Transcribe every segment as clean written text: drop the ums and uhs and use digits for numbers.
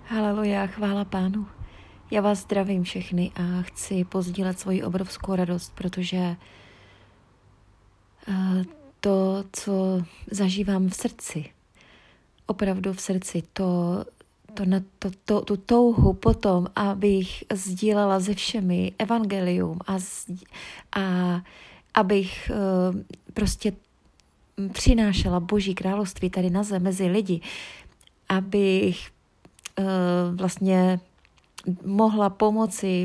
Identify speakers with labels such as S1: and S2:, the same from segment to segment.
S1: Haleluja, chvála Pánu. Já vás zdravím všechny a chci pozdílet svoji obrovskou radost, protože to, co zažívám v srdci, opravdu v srdci, tu touhu potom, abych sdílela se všemi evangelium a abych prostě přinášela Boží království tady na zem mezi lidi, abych vlastně mohla pomoci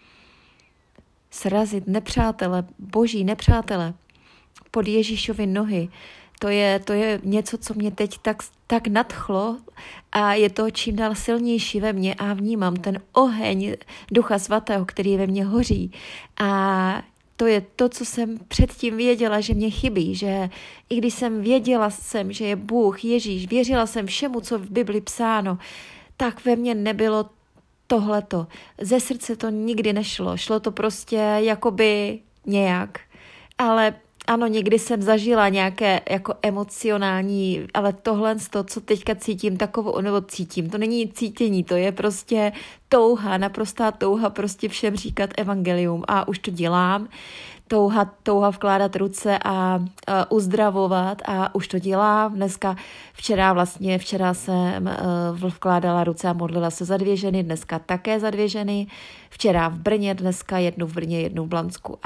S1: srazit boží nepřátele pod Ježíšovy nohy. To je něco, co mě teď tak nadchlo a je to čím dál silnější ve mně a vnímám ten oheň Ducha Svatého, který ve mně hoří. A to je to, co jsem předtím věděla, že mě chybí, že i když věděla jsem, že je Bůh, Ježíš, věřila jsem všemu, co v Bibli psáno, tak ve mně nebylo tohleto. Ze srdce to nikdy nešlo. Šlo to prostě jakoby nějak. Ale ano, někdy jsem zažila nějaké jako emocionální, ale tohle, co teďka cítím, to není cítění, to je prostě naprostá touha prostě všem říkat evangelium a už to dělám. Touha vkládat ruce a uzdravovat a už to dělám. Včera jsem vkládala ruce a modlila se za 2 ženy, dneska také za 2 ženy. Včera v Brně, dneska jednu v Brně, jednu v Blansku.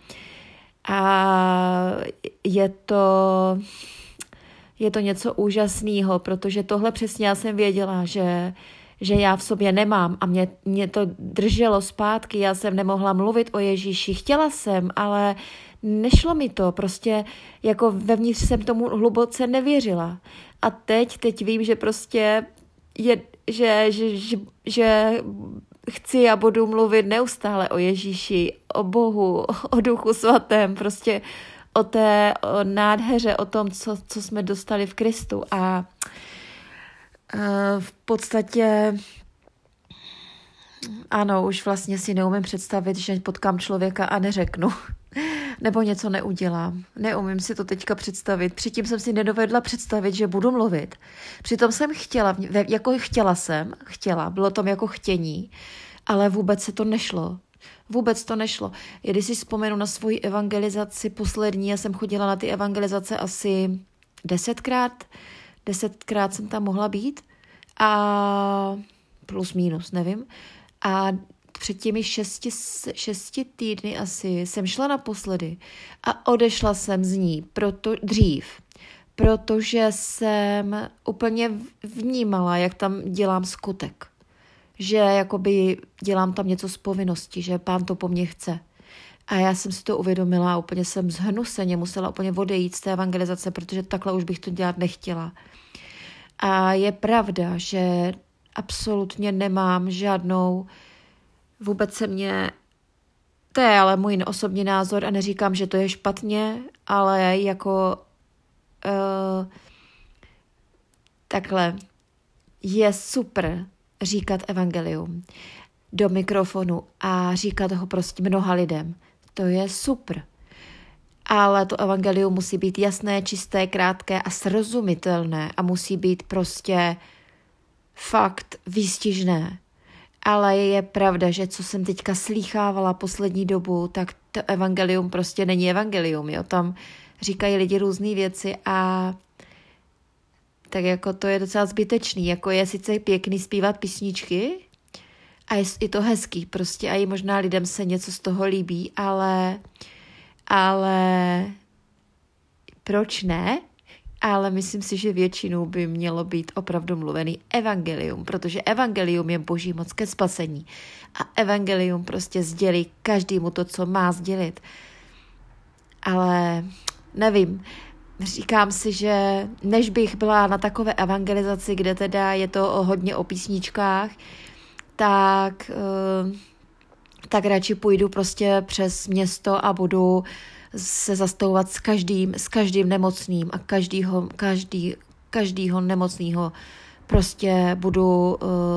S1: A je to něco úžasného, protože tohle přesně já jsem věděla, že já v sobě nemám a mě to drželo zpátky, já jsem nemohla mluvit o Ježíši, chtěla jsem, ale nešlo mi to, prostě jako vevnitř jsem tomu hluboce nevěřila. A teď vím, že prostě že chci a budu mluvit neustále o Ježíši, o Bohu, o Duchu Svatém, prostě o nádheře, o tom, co jsme dostali v Kristu a v podstatě ano, už vlastně si neumím představit, že potkám člověka a neřeknu, nebo něco neudělám. Neumím si to teďka představit. Předtím jsem si nedovedla představit, že budu mluvit. Přitom jsem chtěla, bylo tam jako chtění, ale vůbec se to nešlo. Vůbec to nešlo. Když si vzpomenu na svoji evangelizaci poslední, já jsem chodila na ty evangelizace asi 10krát. 10krát jsem tam mohla být a plus minus, nevím. A před těmi 6 týdny asi jsem šla naposledy a odešla jsem z ní protože jsem úplně vnímala, jak tam dělám skutek. Že jakoby dělám tam něco z povinnosti, že Pán to po mně chce. A já jsem si to uvědomila a úplně jsem zhnuseně musela úplně odejít z té evangelizace, protože takhle už bych to dělat nechtěla. A je pravda, že absolutně nemám žádnou, to je ale můj osobní názor a neříkám, že to je špatně, ale jako takhle je super říkat evangelium do mikrofonu a říkat ho prostě mnoha lidem. To je super. Ale to evangelium musí být jasné, čisté, krátké a srozumitelné a musí být prostě fakt výstižné. Ale je pravda, že co jsem teďka slýchávala poslední dobu, tak to evangelium prostě není evangelium. Jo? Tam říkají lidi různé věci a tak jako to je docela zbytečný. Jako je sice pěkný zpívat písničky a je to hezký prostě a i možná lidem se něco z toho líbí, ale proč ne? Ale myslím si, že většinou by mělo být opravdu mluvený evangelium, protože evangelium je Boží moc ke spasení. A evangelium prostě sdělí každému to, co má sdělit. Ale nevím, říkám si, že než bych byla na takové evangelizaci, kde teda je to hodně o písničkách, tak radši půjdu prostě přes město a budu se zastouvat s každým nemocným a každýho nemocného prostě budu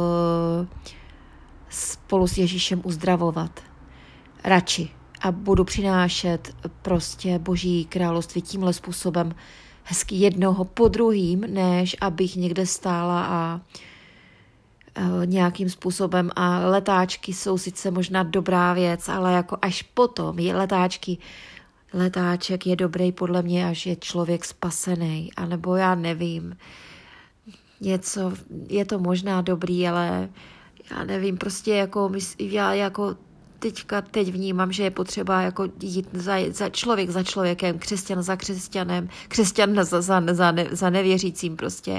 S1: spolu s Ježíšem uzdravovat. Radši. A budu přinášet prostě Boží království tímhle způsobem hezky jednoho po druhým, než abych někde stála nějakým způsobem a letáčky jsou sice možná dobrá věc, ale jako až potom je letáček je dobrý podle mě, až je člověk spasený, anebo já nevím, něco, je to možná dobrý, ale já nevím, prostě jako já jako teď vnímám, že je potřeba jako jít za člověkem, křesťan za křesťanem, křesťan za nevěřícím prostě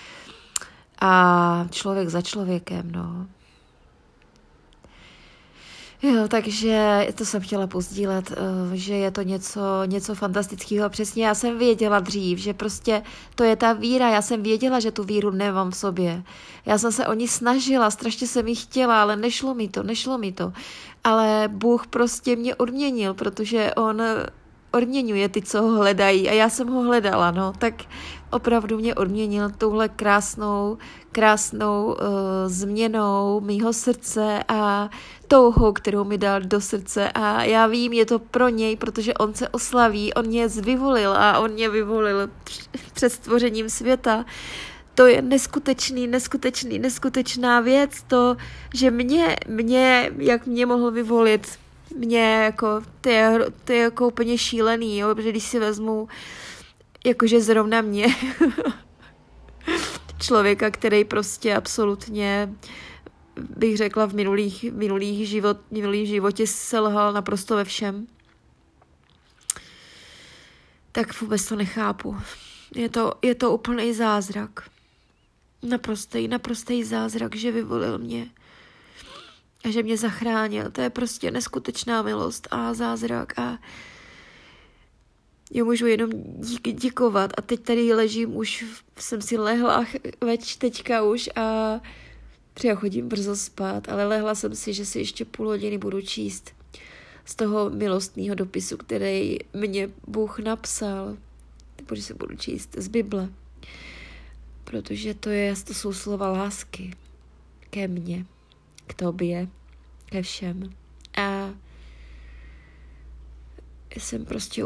S1: a člověk za člověkem, no. Jo, takže to jsem chtěla pozdílet, že je to něco fantastického. Přesně já jsem věděla dřív, že prostě to je ta víra. Já jsem věděla, že tu víru nemám v sobě. Já jsem se o ní snažila, strašně jsem ji chtěla, ale nešlo mi to. Ale Bůh prostě mě odměnil, protože on odměňuje ty, co ho hledají a já jsem ho hledala, no, tak opravdu mě odměnil touhle krásnou změnou mýho srdce a touhou, kterou mi dal do srdce a já vím, je to pro něj, protože on se oslaví, on mě vyvolil a on mě vyvolil před stvořením světa. To je neskutečná věc, to, že jak mě mohl vyvolit, mě jako, to je jako úplně šílený, jo, protože když si vezmu, jakože zrovna mě, člověka, který prostě absolutně, bych řekla, v minulých životě selhal naprosto ve všem, tak vůbec to nechápu. Je to úplný zázrak. Naprostý zázrak, že vyvolil mě. A že mě zachránil. To je prostě neskutečná milost a zázrak a já můžu jenom děkovat. A teď tady ležím, už jsem si lehla teďka už a třeba chodím brzo spát, ale lehla jsem si, že si ještě půl hodiny budu číst z toho milostného dopisu, který mě Bůh napsal. Protože se budu číst z Bible. Protože to jsou slova lásky ke mně, k tobě, ke všem. A jsem prostě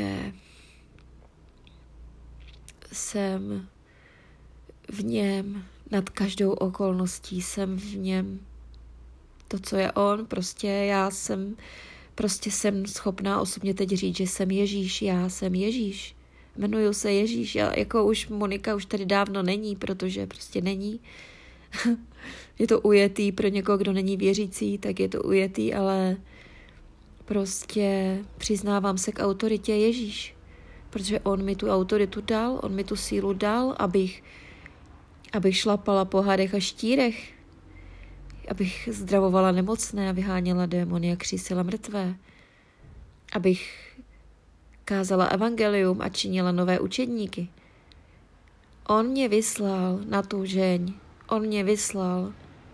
S1: jsem v něm, nad každou okolností jsem v něm. To, co je on, jsem schopná osobně teď říct, že jsem Ježíš, já jsem Ježíš. Jmenuju se Ježíš, jako už Monika už tady dávno není, protože prostě není. Je to ujetý pro někoho, kdo není věřící, tak je to ujetý, ale prostě přiznávám se k autoritě Ježíš, protože on mi tu autoritu dal, on mi tu sílu dal, abych šlapala po hadech a štírech, abych zdravovala nemocné a vyháněla démony a křísila mrtvé, abych kázala evangelium a činila nové učedníky. On mě vyslal na tu žeň. On mě vyslal.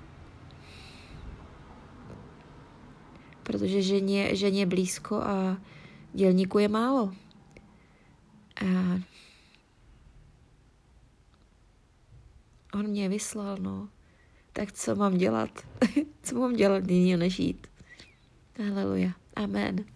S1: Protože žen je blízko a dělníků je málo. A on mě vyslal, no. Tak co mám dělat? Co mám dělat jiného než jít? Haleluja. Amen.